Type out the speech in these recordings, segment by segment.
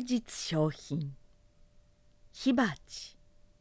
名実商品火鉢。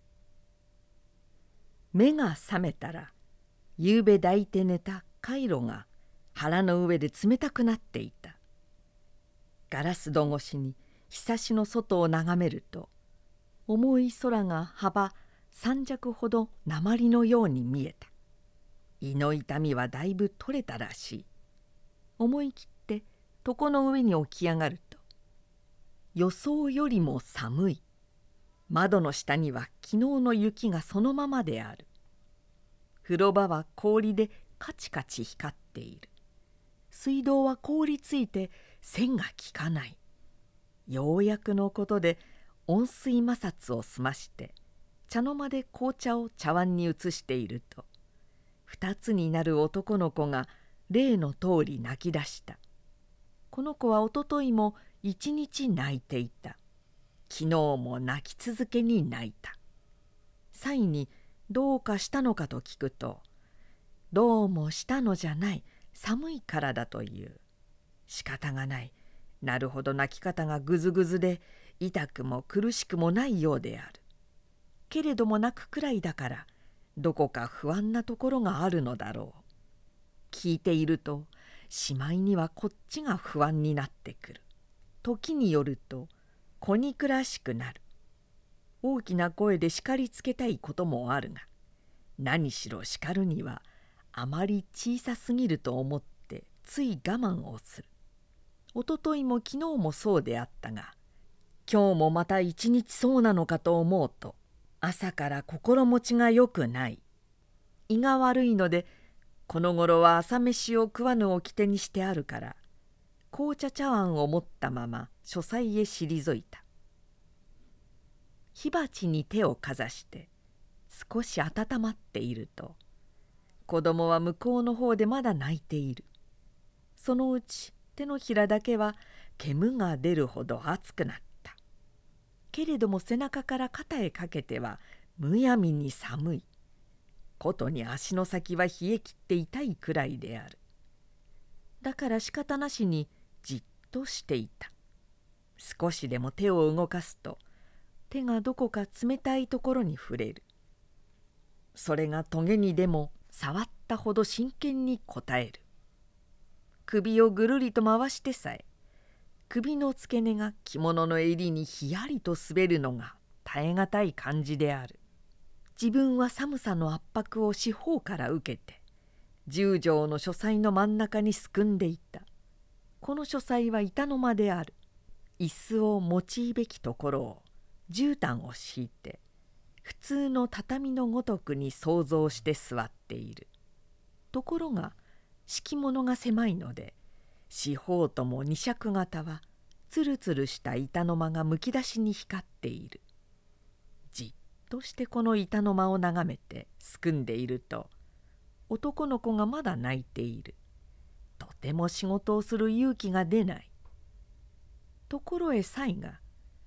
目が覚めたら、ゆうべ抱いて寝たカイロが腹の上で冷たくなっていた。ガラス戸越しにひさしの外を眺めると、重い空が幅3尺ほど鉛のように見えた。胃の痛みはだいぶ取れたらしい。思い切って床の上に起き上がると、予想よりも寒い。窓の下には昨日の雪がそのままである。風呂場は氷でカチカチ光っている。水道は凍りついて栓が効かない。ようやくのことで温水摩擦を済まして茶の間で紅茶を茶碗に移していると、2つになる男の子が例の通り泣き出した。この子はおとといも一日泣いていた。昨日も泣き続けに泣いた。さいにどうかしたのかと聞くと、どうもしたのじゃない、寒いからだという。仕方がない。なるほど泣き方がぐずぐずで、痛くも苦しくもないようである。けれども泣くくらいだから、どこか不安なところがあるのだろう。聞いていると、しまいにはこっちが不安になってくる。時によると子憎らしくなる。大きな声で叱りつけたいこともあるが、何しろ叱るにはあまり小さすぎると思ってつい我慢をする。おとといも昨日もそうであったが、今日もまた一日そうなのかと思うと、朝から心持ちがよくない。胃が悪いので、この頃は朝飯を食わぬ掟にしてあるから、紅茶茶碗を持ったまま書斎へ退いた。火鉢に手をかざして少し温まっていると、子供は向こうの方でまだ泣いている。そのうち手のひらだけは煙が出るほど熱くなった。けれども背中から肩へかけてはむやみに寒い。ことに足の先は冷え切って痛いくらいである。だから仕方なしにじっとしていた。少しでも手を動かすと、手がどこか冷たいところに触れる。それがトゲにでも触ったほど真剣に応える。首をぐるりと回してさえ、首の付け根が着物の襟にひやりと滑るのが耐え難い感じである。自分は寒さの圧迫を四方から受けて、10畳の書斎の真ん中にすくんでいた。この書斎は板の間である。椅子を用いべきところを絨毯を敷いて、普通の畳のごとくに想像して座っている。ところが敷物が狭いので、四方とも二尺型はつるつるした板の間がむき出しに光っている。じっとしてこの板の間を眺めてすくんでいると、男の子がまだ泣いている。とても仕事をする勇気が出ない。ところへサイが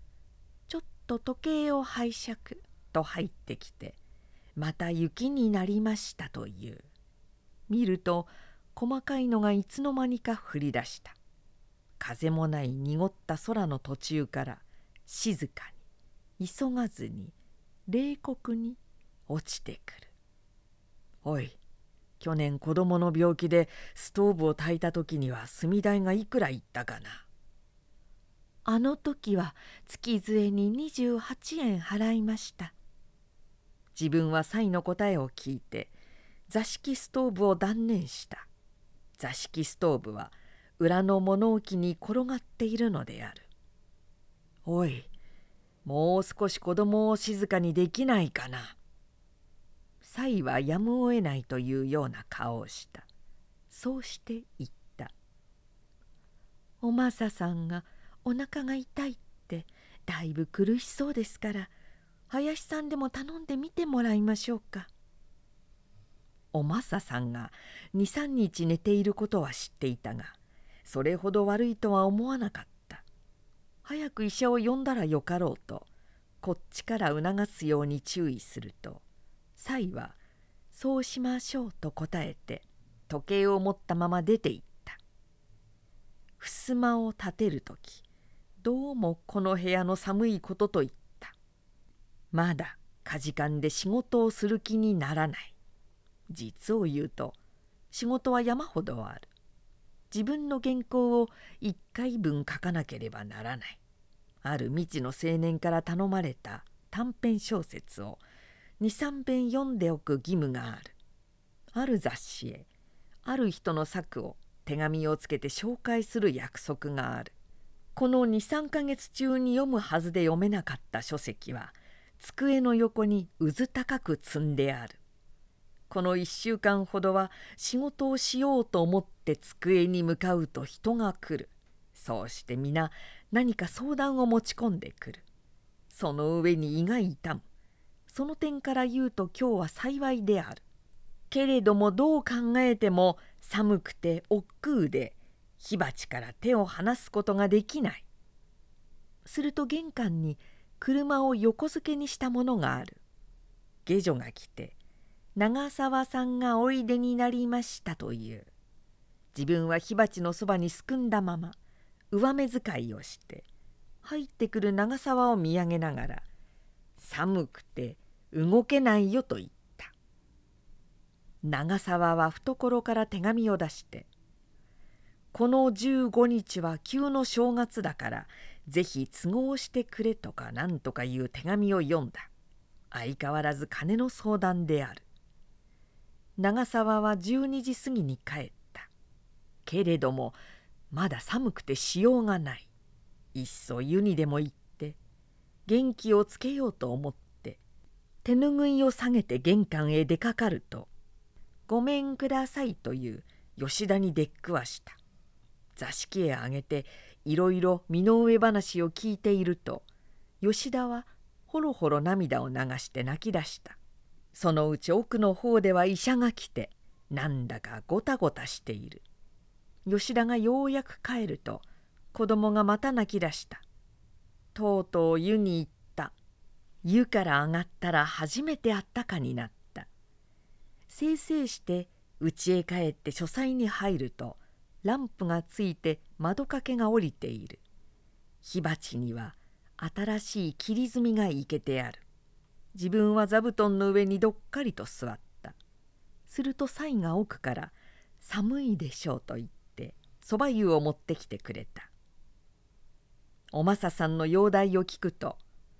「ちょっと時計を拝借」と入ってきて、また雪になりましたという。見ると細かいのがいつの間にか降り出した。風もない濁った空の途中から静かに急がずに冷酷に落ちてくる。おい、去年子供の病気でストーブを焚いた時には炭代がいくらいったかな。あの時は月末に28円払いました。自分はサイの答えを聞いて座敷ストーブを断念した。座敷ストーブは裏の物置に転がっているのである。おい、もう少し子供を静かにできないかな。サイはやむを得ないというような顔をした。そうして言った。おまささんがお腹が痛いってだいぶ苦しそうですから、林さんでも頼んでみてもらいましょうか。おまささんが2、3日寝ていることは知っていたが、それほど悪いとは思わなかった。早く医者を呼んだらよかろうとこっちから促すように注意すると、サイは「そうしましょう」と答えて時計を持ったまま出て行った。襖を立てるとき、 どうもこの部屋の寒いことと言った。まだかじかんで仕事をする気にならない。実を言うと仕事は山ほどある。自分の原稿を1回分書かなければならない。ある未知の青年から頼まれた短編小説を2、3編読んでおく義務がある。ある雑誌へある人の作を手紙をつけて紹介する約束がある。この2、3ヶ月中に読むはずで読めなかった書籍は机の横にうず高く積んである。この1週間ほどは仕事をしようと思って机に向かうと人が来る。そうして皆何か相談を持ち込んでくる。その上に胃が痛む。その点から言うと今日は幸いである。けれどもどう考えても寒くて億劫で火鉢から手を離すことができない。すると玄関に車を横付けにしたものがある。下女が来て長澤さんがおいでになりましたという。自分は火鉢のそばにすくんだまま上目遣いをして入ってくる長澤を見上げながら「寒くて動けないよ」と言った。長澤は懐から手紙を出して「この15日は急の正月だからぜひ都合してくれ」とかなんとかいう手紙を読んだ。相変わらず金の相談である。長澤は12時過ぎに帰った。けれどもまだ寒くてしようがない。いっそ湯にでも行って元気をつけようと思って手ぬぐいを下げて玄関へ出かかると「ごめんください」という吉田に出くわした。座敷へ上げていろいろ身の上話を聞いていると吉田はほろほろ涙を流して泣き出した。そのうち奥の方では医者が来てなんだかごたごたしている。吉田がようやく帰ると子供がまた泣き出した。とうとう湯に行った。湯から上がったら初めてあったかになった。せいせいして家へ帰って書斎に入るとランプがついて窓掛けが下りている。火鉢には新しい切り炭がいけてある。自分は座布団の上にどっかりと座った。すると妻が奥から「寒いでしょう」と言ってそば湯を持ってきてくれた。おまささんの容体を聞くと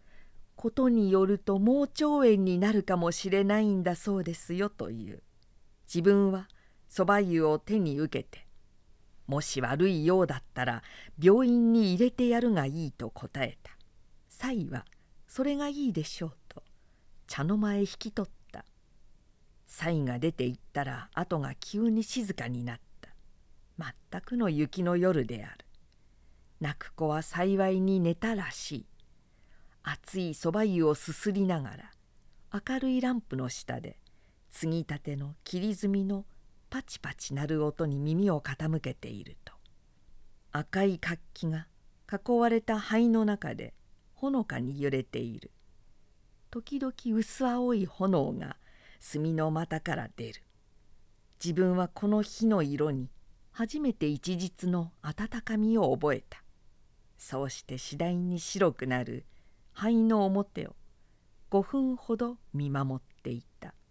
「ことによると盲腸炎になるかもしれないんだそうですよ」という。自分はそば湯を手に受けて「もし悪いようだったら病院に入れてやるがいい」と答えた。妻は「それがいいでしょう」と茶の間へ引き取った。妻が出て行ったら後が急に静かになった。全くの雪の夜である。泣く子は幸いに寝たらしい。熱いそば湯をすすりながら明るいランプの下で継ぎたての切り炭のパチパチ鳴る音に耳を傾けていると赤い活気が囲われた灰の中でほのかに揺れている。時々薄青い炎が炭の股から出る。自分はこの火の色に初めて一日の温かみを覚えた。そうして次第に白くなる灰の表を5分ほど見守っていた。